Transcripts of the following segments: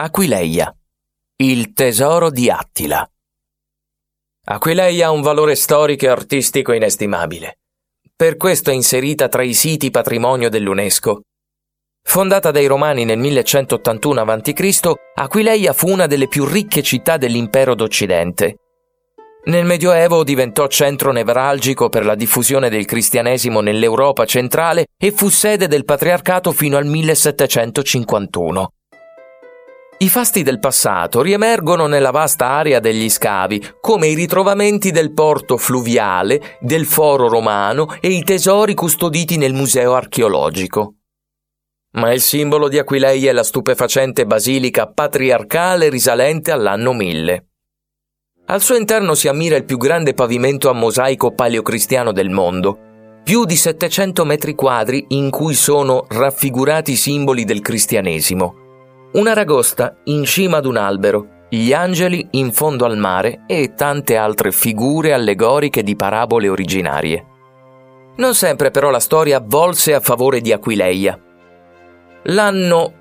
Aquileia, il tesoro di Attila. Aquileia ha un valore storico e artistico inestimabile. Per questo è inserita tra i siti patrimonio dell'UNESCO. Fondata dai Romani nel 1181 a.C., Aquileia fu una delle più ricche città dell'impero d'Occidente. Nel Medioevo diventò centro nevralgico per la diffusione del cristianesimo nell'Europa centrale e fu sede del patriarcato fino al 1751. I fasti del passato riemergono nella vasta area degli scavi, come i ritrovamenti del porto fluviale, del foro romano e i tesori custoditi nel museo archeologico. Ma il simbolo di Aquileia è la stupefacente basilica patriarcale risalente all'anno 1000. Al suo interno si ammira il più grande pavimento a mosaico paleocristiano del mondo, più di 700 metri quadri in cui sono raffigurati i simboli del cristianesimo. Un'aragosta in cima ad un albero, gli angeli in fondo al mare e tante altre figure allegoriche di parabole originarie. Non sempre però la storia volse a favore di Aquileia. L'anno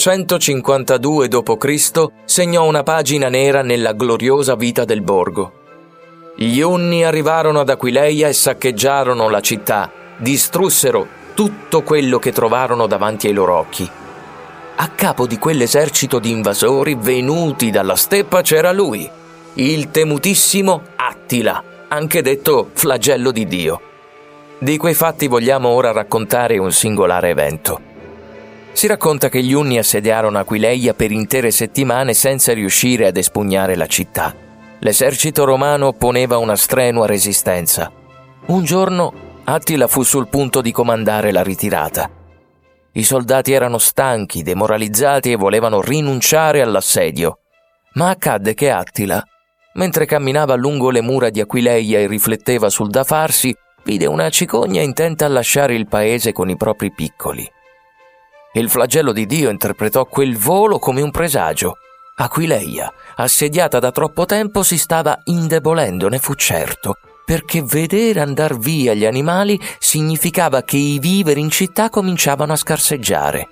452 d.C. segnò una pagina nera nella gloriosa vita del borgo. Gli Unni arrivarono ad Aquileia e saccheggiarono la città, distrussero tutto quello che trovarono davanti ai loro occhi. A capo di quell'esercito di invasori venuti dalla steppa c'era lui, il temutissimo Attila, anche detto flagello di Dio. Di quei fatti vogliamo ora raccontare un singolare evento. Si racconta che gli Unni assediarono Aquileia per intere settimane senza riuscire ad espugnare la città. L'esercito romano opponeva una strenua resistenza. Un giorno Attila fu sul punto di comandare la ritirata. I soldati erano stanchi, demoralizzati e volevano rinunciare all'assedio. Ma accadde che Attila, mentre camminava lungo le mura di Aquileia e rifletteva sul da farsi, vide una cicogna intenta a lasciare il paese con i propri piccoli. Il flagello di Dio interpretò quel volo come un presagio. Aquileia, assediata da troppo tempo, si stava indebolendo, ne fu certo, perché vedere andar via gli animali significava che i viveri in città cominciavano a scarseggiare.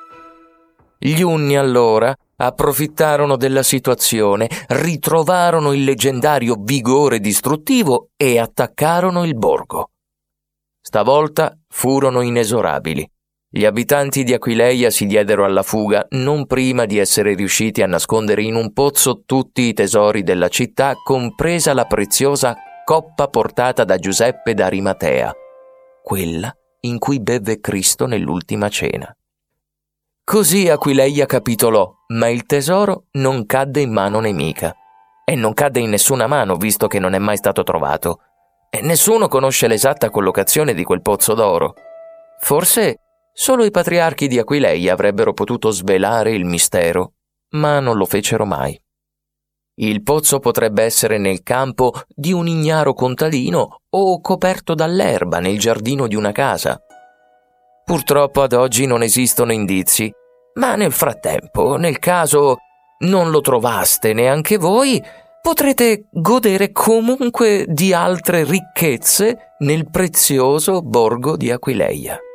Gli Unni allora approfittarono della situazione, ritrovarono il leggendario vigore distruttivo e attaccarono il borgo. Stavolta furono inesorabili. Gli abitanti di Aquileia si diedero alla fuga non prima di essere riusciti a nascondere in un pozzo tutti i tesori della città, compresa la preziosa coppa portata da Giuseppe d'Arimatea, quella in cui bevve Cristo nell'ultima cena. Così Aquileia capitolò, ma il tesoro non cadde in mano nemica. E non cadde in nessuna mano, visto che non è mai stato trovato. E nessuno conosce l'esatta collocazione di quel pozzo d'oro. Forse solo i patriarchi di Aquileia avrebbero potuto svelare il mistero, ma non lo fecero mai. Il pozzo potrebbe essere nel campo di un ignaro contadino o coperto dall'erba nel giardino di una casa. Purtroppo ad oggi non esistono indizi, ma nel frattempo, nel caso non lo trovaste neanche voi, potrete godere comunque di altre ricchezze nel prezioso borgo di Aquileia.